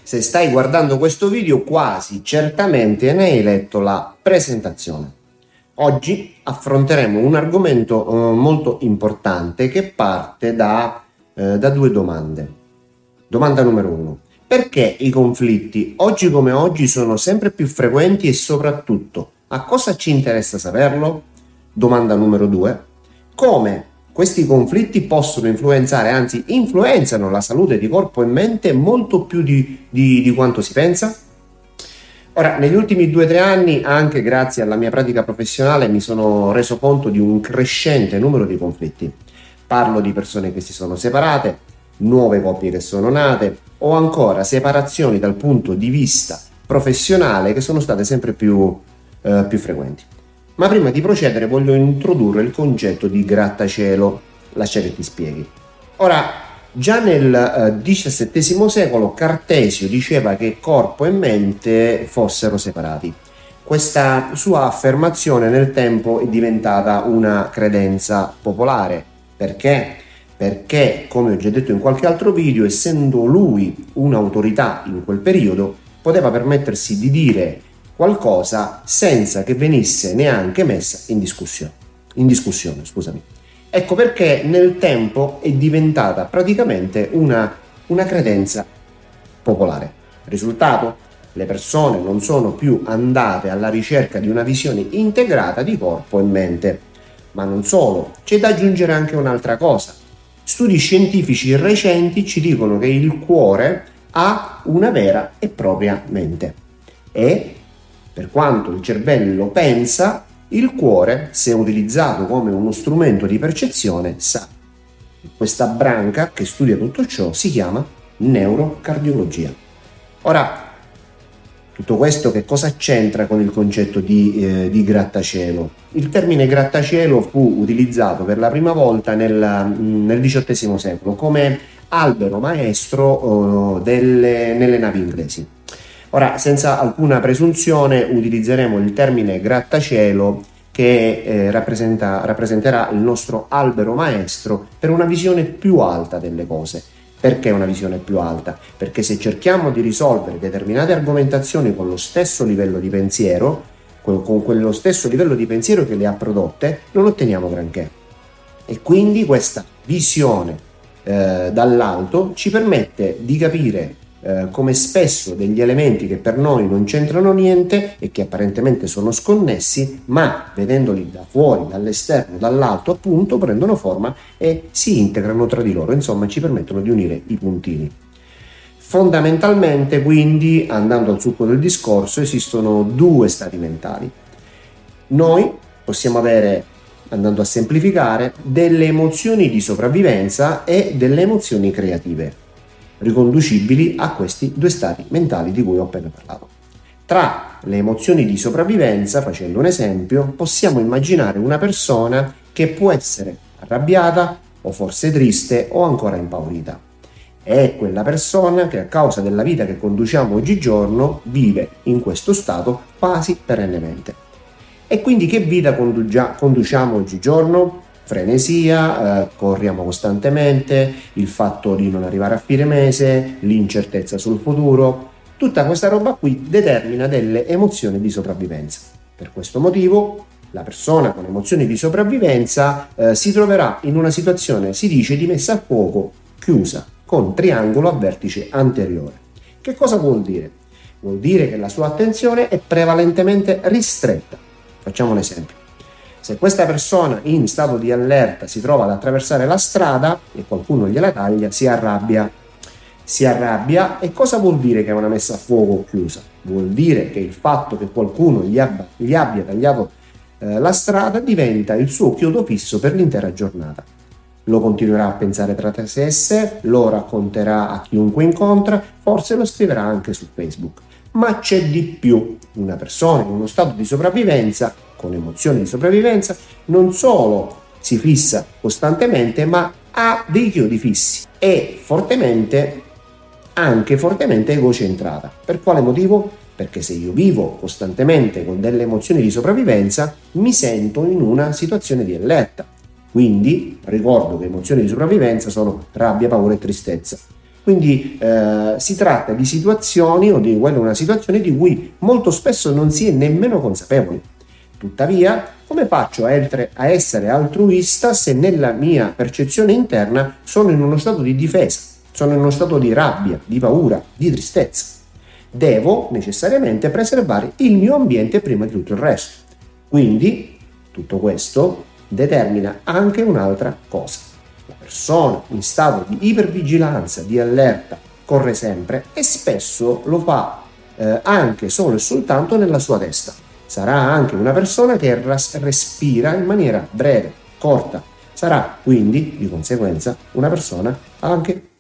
Se stai guardando questo video, quasi certamente ne hai letto la presentazione. Oggi affronteremo un argomento molto importante che parte da due domande. Domanda numero 1. Perché i conflitti oggi come oggi sono sempre più frequenti e soprattutto a cosa ci interessa saperlo? Domanda numero 2. Come questi conflitti possono influenzare, anzi influenzano la salute di corpo e mente molto più di quanto si pensa? Ora, negli ultimi 2-3 anni, anche grazie alla mia pratica professionale, mi sono reso conto di un crescente numero di conflitti. Parlo di persone che si sono separate, nuove coppie che sono nate, o ancora separazioni dal punto di vista professionale che sono state sempre più frequenti. Ma prima di procedere voglio introdurre il concetto di grattacielo. Lascia che ti spieghi. Ora, già nel XVII secolo Cartesio diceva che corpo e mente fossero separati. Questa sua affermazione nel tempo è diventata una credenza popolare. Perché? Perché, come ho già detto in qualche altro video, essendo lui un'autorità in quel periodo, poteva permettersi di dire qualcosa senza che venisse neanche messa in discussione. Ecco perché nel tempo è diventata praticamente una credenza popolare. Risultato? Le persone non sono più andate alla ricerca di una visione integrata di corpo e mente. Ma non solo, c'è da aggiungere anche un'altra cosa. Studi scientifici recenti ci dicono che il cuore ha una vera e propria mente. E per quanto il cervello pensa, il cuore, se utilizzato come uno strumento di percezione, sa. Questa branca che studia tutto ciò si chiama neurocardiologia. Ora, tutto questo che cosa c'entra con il concetto di grattacielo? Il termine grattacielo fu utilizzato per la prima volta nel XVIII secolo come albero maestro nelle navi inglesi. Ora, senza alcuna presunzione, utilizzeremo il termine grattacielo che rappresenterà il nostro albero maestro per una visione più alta delle cose. Perché una visione più alta? Perché se cerchiamo di risolvere determinate argomentazioni con lo stesso livello di pensiero, con quello stesso livello di pensiero che le ha prodotte, non otteniamo granché. E quindi questa visione dall'alto ci permette di capire come spesso degli elementi che per noi non c'entrano niente e che apparentemente sono sconnessi, ma vedendoli da fuori, dall'esterno, dall'alto appunto, prendono forma e si integrano tra di loro, insomma ci permettono di unire i puntini. Fondamentalmente, quindi, andando al succo del discorso, esistono due stati mentali. Noi possiamo avere, andando a semplificare, delle emozioni di sopravvivenza e delle emozioni creative, riconducibili a questi due stati mentali di cui ho appena parlato. Tra le emozioni di sopravvivenza, facendo un esempio, possiamo immaginare una persona che può essere arrabbiata o forse triste o ancora impaurita. È quella persona che a causa della vita che conduciamo oggigiorno vive in questo stato quasi perennemente. E quindi che vita conduciamo oggigiorno? Frenesia, corriamo costantemente, il fatto di non arrivare a fine mese, l'incertezza sul futuro, tutta questa roba qui determina delle emozioni di sopravvivenza. Per questo motivo la persona con emozioni di sopravvivenza si troverà in una situazione, si dice, di messa a fuoco chiusa, con triangolo a vertice anteriore. Che cosa vuol dire? Vuol dire che la sua attenzione è prevalentemente ristretta. Facciamo un esempio. Se questa persona in stato di allerta si trova ad attraversare la strada e qualcuno gliela taglia, si arrabbia. E cosa vuol dire che è una messa a fuoco chiusa? Vuol dire che il fatto che qualcuno gli abbia tagliato la strada diventa il suo chiodo fisso per l'intera giornata. Lo continuerà a pensare tra sé e sé, lo racconterà a chiunque incontra, forse lo scriverà anche su Facebook. Ma c'è di più. Una persona in uno stato di sopravvivenza, con emozioni di sopravvivenza, non solo si fissa costantemente, ma ha dei chiodi fissi e anche fortemente egocentrata. Per quale motivo? Perché se io vivo costantemente con delle emozioni di sopravvivenza, mi sento in una situazione di allerta. Quindi ricordo che emozioni di sopravvivenza sono rabbia, paura e tristezza. Quindi si tratta di situazioni o di una situazione di cui molto spesso non si è nemmeno consapevoli. Tuttavia, come faccio a essere altruista se nella mia percezione interna sono in uno stato di difesa, sono in uno stato di rabbia, di paura, di tristezza? Devo necessariamente preservare il mio ambiente prima di tutto il resto. Quindi, tutto questo determina anche un'altra cosa. La persona in stato di ipervigilanza, di allerta, corre sempre e spesso lo fa anche solo e soltanto nella sua testa. Sarà anche una persona che respira in maniera breve, corta. Sarà quindi, di conseguenza, una persona anche